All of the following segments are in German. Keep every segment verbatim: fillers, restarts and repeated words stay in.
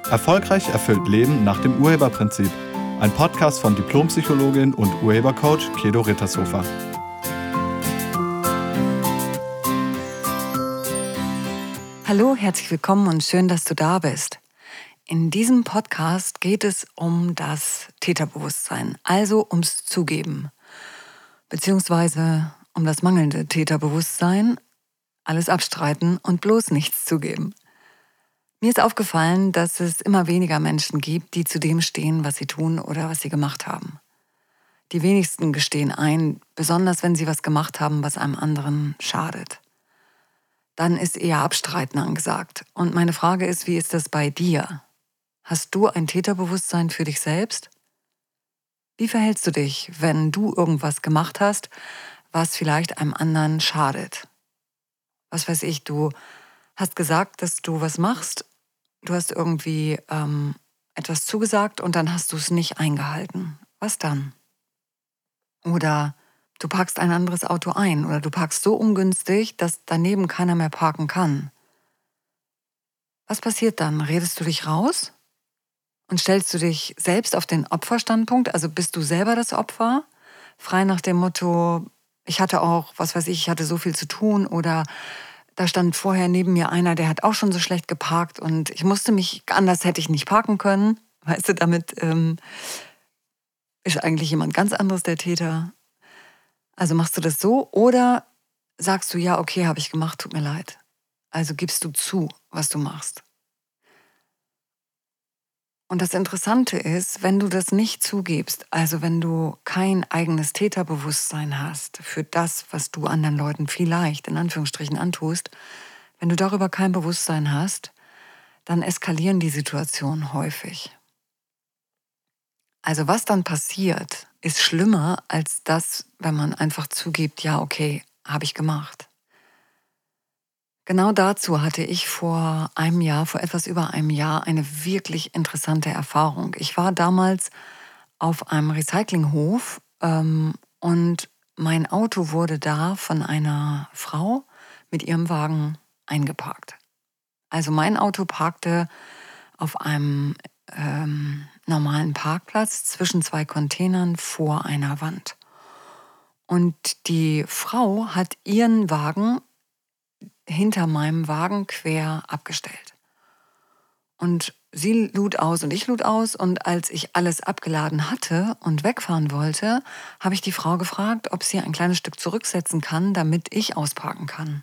Erfolgreich erfüllt Leben nach dem Urheberprinzip. Ein Podcast von Diplompsychologin und Urhebercoach Kedo Rittershofer. Hallo, herzlich willkommen und schön, dass du da bist. In diesem Podcast geht es um das Täterbewusstsein, also ums Zugeben, beziehungsweise um das mangelnde Täterbewusstsein, alles abstreiten und bloß nichts zugeben. Mir ist aufgefallen, dass es immer weniger Menschen gibt, die zu dem stehen, was sie tun oder was sie gemacht haben. Die wenigsten gestehen ein, besonders wenn sie was gemacht haben, was einem anderen schadet. Dann ist eher Abstreiten angesagt. Und meine Frage ist, wie ist das bei dir? Hast du ein Täterbewusstsein für dich selbst? Wie verhältst du dich, wenn du irgendwas gemacht hast, was vielleicht einem anderen schadet? Was weiß ich, du hast gesagt, dass du was machst, du hast irgendwie ähm, etwas zugesagt und dann hast du es nicht eingehalten. Was dann? Oder du parkst ein anderes Auto ein oder du parkst so ungünstig, dass daneben keiner mehr parken kann. Was passiert dann? Redest du dich raus? Und stellst du dich selbst auf den Opferstandpunkt? Also bist du selber das Opfer? Frei nach dem Motto, ich hatte auch, was weiß ich, ich hatte so viel zu tun oder da stand vorher neben mir einer, der hat auch schon so schlecht geparkt und ich musste mich, anders hätte ich nicht parken können. Weißt du, damit ähm, ist eigentlich jemand ganz anderes der Täter. Also machst du das so oder sagst du, ja, okay, habe ich gemacht, tut mir leid. Also gibst du zu, was du machst. Und das Interessante ist, wenn du das nicht zugibst, also wenn du kein eigenes Täterbewusstsein hast für das, was du anderen Leuten vielleicht in Anführungsstrichen antust, wenn du darüber kein Bewusstsein hast, dann eskalieren die Situationen häufig. Also was dann passiert, ist schlimmer als das, wenn man einfach zugibt, ja, okay, habe ich gemacht. Genau dazu hatte ich vor einem Jahr, vor etwas über einem Jahr, eine wirklich interessante Erfahrung. Ich war damals auf einem Recyclinghof ähm, und mein Auto wurde da von einer Frau mit ihrem Wagen eingeparkt. Also mein Auto parkte auf einem ähm, normalen Parkplatz zwischen zwei Containern vor einer Wand. Und die Frau hat ihren Wagen hinter meinem Wagen quer abgestellt. Und sie lud aus und ich lud aus und als ich alles abgeladen hatte und wegfahren wollte, habe ich die Frau gefragt, ob sie ein kleines Stück zurücksetzen kann, damit ich ausparken kann.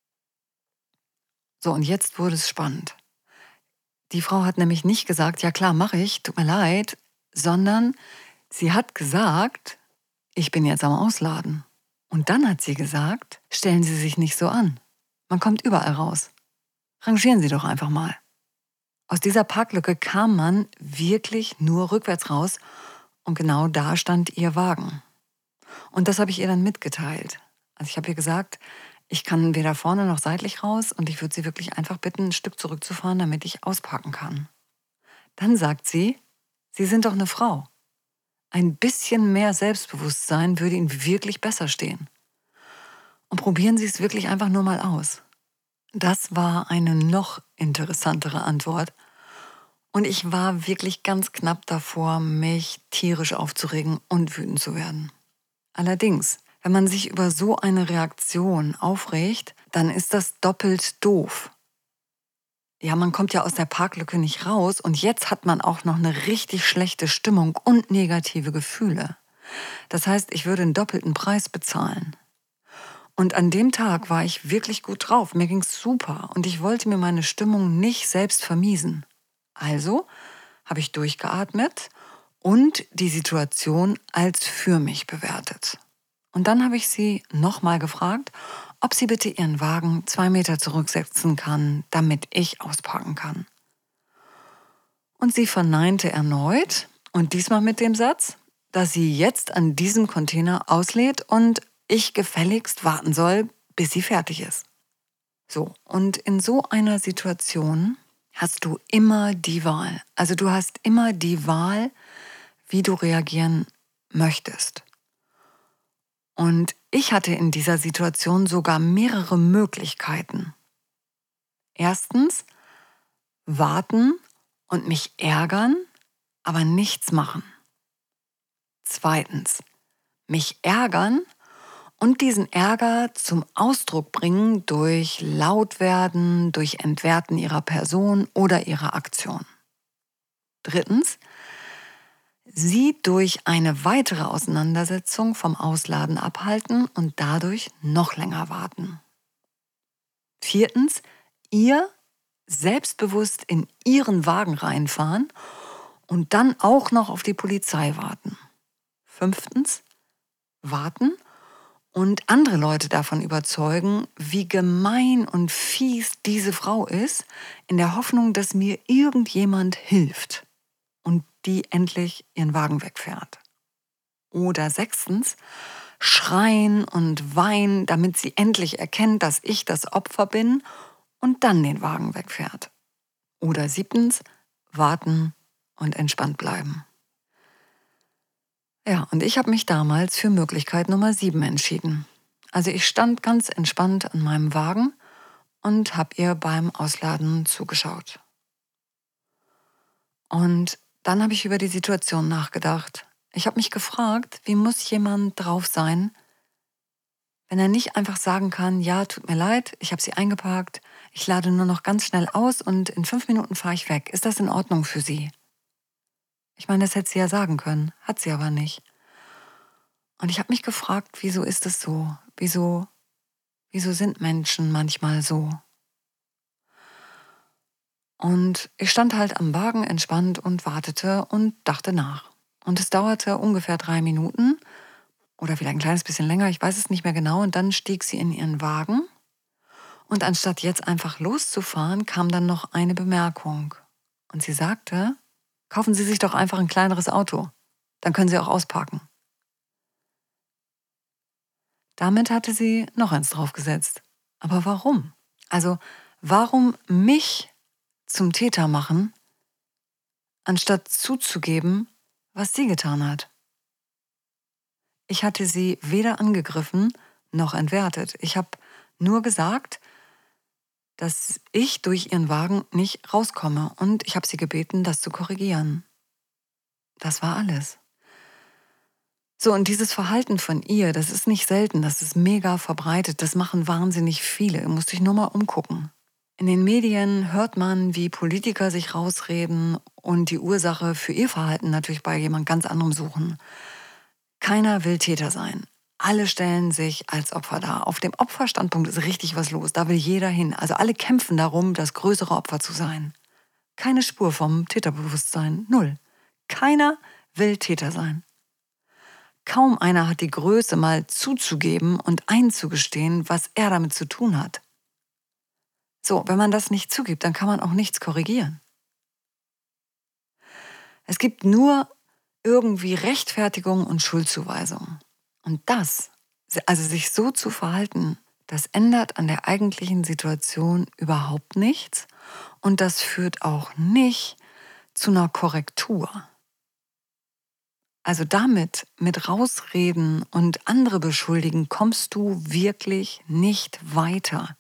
So, und jetzt wurde es spannend. Die Frau hat nämlich nicht gesagt, ja klar, mache ich, tut mir leid, sondern sie hat gesagt, ich bin jetzt am Ausladen. Und dann hat sie gesagt, stellen Sie sich nicht so an. Man kommt überall raus. Rangieren Sie doch einfach mal. Aus dieser Parklücke kam man wirklich nur rückwärts raus und genau da stand ihr Wagen. Und das habe ich ihr dann mitgeteilt. Also ich habe ihr gesagt, ich kann weder vorne noch seitlich raus und ich würde sie wirklich einfach bitten, ein Stück zurückzufahren, damit ich ausparken kann. Dann sagt sie, Sie sind doch eine Frau. Ein bisschen mehr Selbstbewusstsein würde Ihnen wirklich besser stehen. Und probieren Sie es wirklich einfach nur mal aus. Das war eine noch interessantere Antwort. Und ich war wirklich ganz knapp davor, mich tierisch aufzuregen und wütend zu werden. Allerdings, wenn man sich über so eine Reaktion aufregt, dann ist das doppelt doof. Ja, man kommt ja aus der Parklücke nicht raus und jetzt hat man auch noch eine richtig schlechte Stimmung und negative Gefühle. Das heißt, ich würde einen doppelten Preis bezahlen. Und an dem Tag war ich wirklich gut drauf, mir ging's super und ich wollte mir meine Stimmung nicht selbst vermiesen. Also habe ich durchgeatmet und die Situation als für mich bewertet. Und dann habe ich sie nochmal gefragt, ob sie bitte ihren Wagen zwei Meter zurücksetzen kann, damit ich ausparken kann. Und sie verneinte erneut und diesmal mit dem Satz, dass sie jetzt an diesem Container auslädt und ich gefälligst warten soll, bis sie fertig ist. So, und in so einer Situation hast du immer die Wahl. Also du hast immer die Wahl, wie du reagieren möchtest. Und ich hatte in dieser Situation sogar mehrere Möglichkeiten. Erstens, warten und mich ärgern, aber nichts machen. Zweitens, mich ärgern und diesen Ärger zum Ausdruck bringen durch Lautwerden, durch Entwerten ihrer Person oder ihrer Aktion. Drittens, sie durch eine weitere Auseinandersetzung vom Ausladen abhalten und dadurch noch länger warten. Viertens, ihr selbstbewusst in ihren Wagen reinfahren und dann auch noch auf die Polizei warten. Fünftens, warten und andere Leute davon überzeugen, wie gemein und fies diese Frau ist, in der Hoffnung, dass mir irgendjemand hilft und die endlich ihren Wagen wegfährt. Oder sechstens, schreien und weinen, damit sie endlich erkennt, dass ich das Opfer bin und dann den Wagen wegfährt. Oder siebtens, warten und entspannt bleiben. Ja, und ich habe mich damals für Möglichkeit Nummer sieben entschieden. Also ich stand ganz entspannt an meinem Wagen und habe ihr beim Ausladen zugeschaut. Und dann habe ich über die Situation nachgedacht. Ich habe mich gefragt, wie muss jemand drauf sein, wenn er nicht einfach sagen kann, ja, tut mir leid, ich habe Sie eingeparkt, ich lade nur noch ganz schnell aus und in fünf Minuten fahre ich weg. Ist das in Ordnung für Sie? Ich meine, das hätte sie ja sagen können, hat sie aber nicht. Und ich habe mich gefragt, wieso ist es so? Wieso, wieso sind Menschen manchmal so? Und ich stand halt am Wagen entspannt und wartete und dachte nach. Und es dauerte ungefähr drei Minuten oder vielleicht ein kleines bisschen länger, ich weiß es nicht mehr genau. Und dann stieg sie in ihren Wagen. Und anstatt jetzt einfach loszufahren, kam dann noch eine Bemerkung. Und sie sagte, kaufen Sie sich doch einfach ein kleineres Auto. Dann können Sie auch ausparken. Damit hatte sie noch eins draufgesetzt. Aber warum? Also, warum mich zum Täter machen, anstatt zuzugeben, was sie getan hat? Ich hatte sie weder angegriffen noch entwertet. Ich habe nur gesagt, dass ich durch ihren Wagen nicht rauskomme und ich habe sie gebeten, das zu korrigieren. Das war alles. So, und dieses Verhalten von ihr, das ist nicht selten, das ist mega verbreitet, das machen wahnsinnig viele. Du musst dich nur mal umgucken. In den Medien hört man, wie Politiker sich rausreden und die Ursache für ihr Verhalten natürlich bei jemand ganz anderem suchen. Keiner will Täter sein. Alle stellen sich als Opfer dar. Auf dem Opferstandpunkt ist richtig was los, da will jeder hin. Also alle kämpfen darum, das größere Opfer zu sein. Keine Spur vom Täterbewusstsein, null. Keiner will Täter sein. Kaum einer hat die Größe, mal zuzugeben und einzugestehen, was er damit zu tun hat. So, wenn man das nicht zugibt, dann kann man auch nichts korrigieren. Es gibt nur irgendwie Rechtfertigung und Schuldzuweisung. Und das, also sich so zu verhalten, das ändert an der eigentlichen Situation überhaupt nichts und das führt auch nicht zu einer Korrektur. Also damit, mit Rausreden und andere beschuldigen, kommst du wirklich nicht weiter.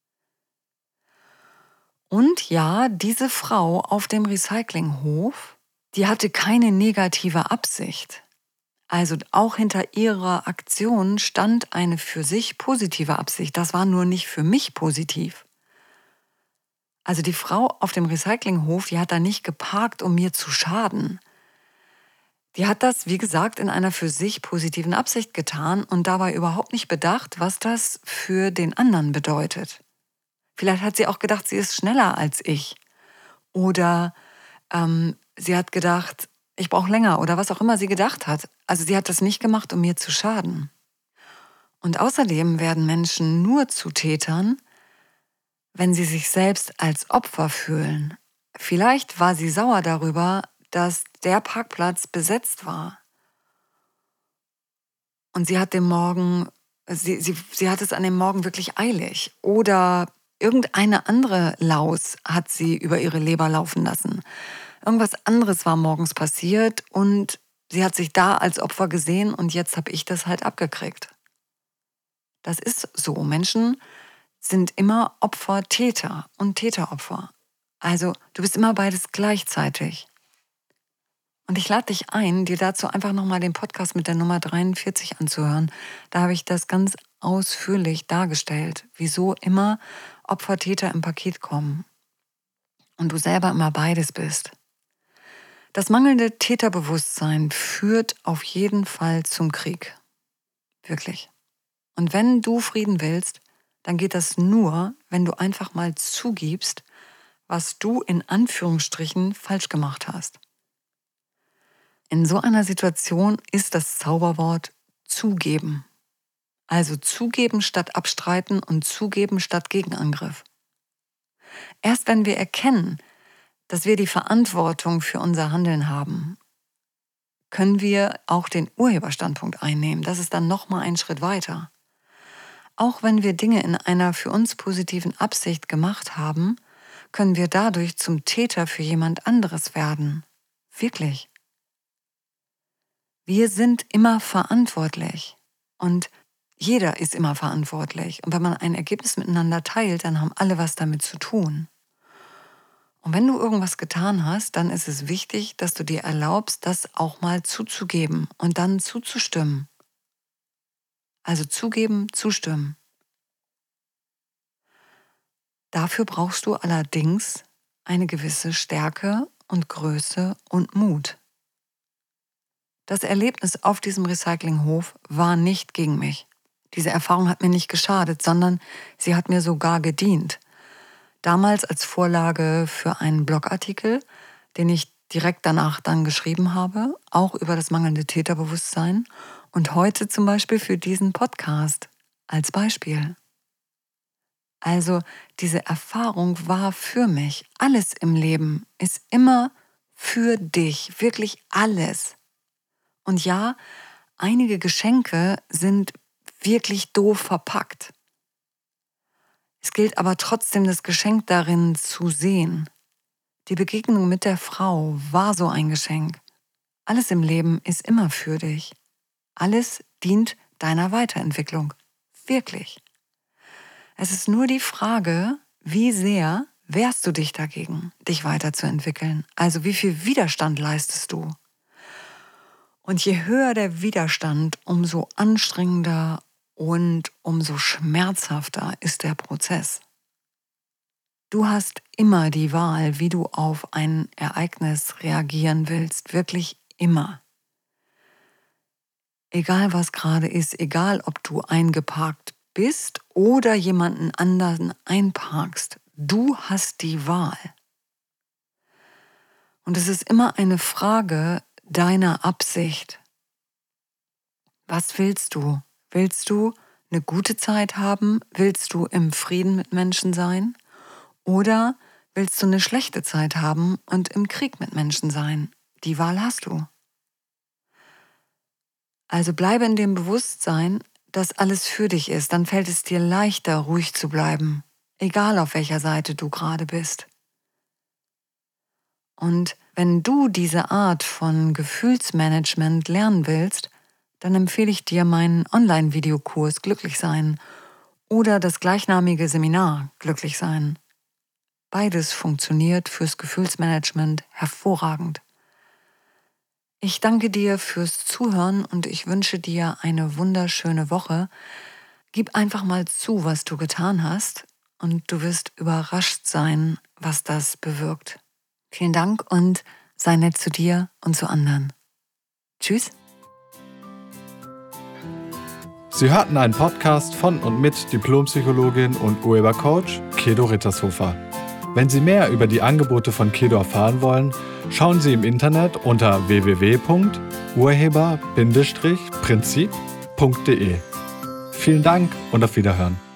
Und ja, diese Frau auf dem Recyclinghof, die hatte keine negative Absicht. Also auch hinter ihrer Aktion stand eine für sich positive Absicht. Das war nur nicht für mich positiv. Also die Frau auf dem Recyclinghof, die hat da nicht geparkt, um mir zu schaden. Die hat das, wie gesagt, in einer für sich positiven Absicht getan und dabei überhaupt nicht bedacht, was das für den anderen bedeutet. Vielleicht hat sie auch gedacht, sie ist schneller als ich. Oder ähm, sie hat gedacht, ich brauche länger oder was auch immer sie gedacht hat. Also sie hat das nicht gemacht, um mir zu schaden. Und außerdem werden Menschen nur zu Tätern, wenn sie sich selbst als Opfer fühlen. Vielleicht war sie sauer darüber, dass der Parkplatz besetzt war. Und sie hat dem Morgen, sie, sie, sie hat es an dem Morgen wirklich eilig. Oder irgendeine andere Laus hat sie über ihre Leber laufen lassen. Irgendwas anderes war morgens passiert und sie hat sich da als Opfer gesehen und jetzt habe ich das halt abgekriegt. Das ist so. Menschen sind immer Opfer, Täter und Täteropfer. Also du bist immer beides gleichzeitig. Und ich lade dich ein, dir dazu einfach nochmal den Podcast mit der Nummer dreiundvierzig anzuhören. Da habe ich das ganz ausführlich dargestellt, wieso immer Opfer-Täter im Paket kommen und du selber immer beides bist. Das mangelnde Täterbewusstsein führt auf jeden Fall zum Krieg. Wirklich. Und wenn du Frieden willst, dann geht das nur, wenn du einfach mal zugibst, was du in Anführungsstrichen falsch gemacht hast. In so einer Situation ist das Zauberwort zugeben. Also zugeben statt abstreiten und zugeben statt Gegenangriff. Erst wenn wir erkennen, dass wir die Verantwortung für unser Handeln haben, können wir auch den Urheberstandpunkt einnehmen. Das ist dann nochmal ein Schritt weiter. Auch wenn wir Dinge in einer für uns positiven Absicht gemacht haben, können wir dadurch zum Täter für jemand anderes werden. Wirklich. Wir sind immer verantwortlich und jeder ist immer verantwortlich. Und wenn man ein Ergebnis miteinander teilt, dann haben alle was damit zu tun. Und wenn du irgendwas getan hast, dann ist es wichtig, dass du dir erlaubst, das auch mal zuzugeben und dann zuzustimmen. Also zugeben, zustimmen. Dafür brauchst du allerdings eine gewisse Stärke und Größe und Mut. Das Erlebnis auf diesem Recyclinghof war nicht gegen mich. Diese Erfahrung hat mir nicht geschadet, sondern sie hat mir sogar gedient. Damals als Vorlage für einen Blogartikel, den ich direkt danach dann geschrieben habe, auch über das mangelnde Täterbewusstsein und heute zum Beispiel für diesen Podcast als Beispiel. Also diese Erfahrung war für mich. Alles im Leben ist immer für dich, wirklich alles. Und ja, einige Geschenke sind wirklich doof verpackt. Es gilt aber trotzdem, das Geschenk darin zu sehen. Die Begegnung mit der Frau war so ein Geschenk. Alles im Leben ist immer für dich. Alles dient deiner Weiterentwicklung. Wirklich. Es ist nur die Frage, wie sehr wehrst du dich dagegen, dich weiterzuentwickeln? Also wie viel Widerstand leistest du? Und je höher der Widerstand, umso anstrengender und umso schmerzhafter ist der Prozess. Du hast immer die Wahl, wie du auf ein Ereignis reagieren willst, wirklich immer. Egal was gerade ist, egal ob du eingeparkt bist oder jemanden anderen einparkst, du hast die Wahl. Und es ist immer eine Frage deiner Absicht. Was willst du? Willst du eine gute Zeit haben? Willst du im Frieden mit Menschen sein? Oder willst du eine schlechte Zeit haben und im Krieg mit Menschen sein? Die Wahl hast du. Also bleibe in dem Bewusstsein, dass alles für dich ist. Dann fällt es dir leichter, ruhig zu bleiben, egal auf welcher Seite du gerade bist. Und wenn du diese Art von Gefühlsmanagement lernen willst, dann empfehle ich dir meinen Online-Videokurs Glücklich sein oder das gleichnamige Seminar Glücklich sein. Beides funktioniert fürs Gefühlsmanagement hervorragend. Ich danke dir fürs Zuhören und ich wünsche dir eine wunderschöne Woche. Gib einfach mal zu, was du getan hast und du wirst überrascht sein, was das bewirkt. Vielen Dank und sei nett zu dir und zu anderen. Tschüss. Sie hörten einen Podcast von und mit Diplompsychologin und Urhebercoach Kedo Rittershofer. Wenn Sie mehr über die Angebote von Kedo erfahren wollen, schauen Sie im Internet unter w w w punkt urheber Bindestrich prinzip punkt de. Vielen Dank und auf Wiederhören.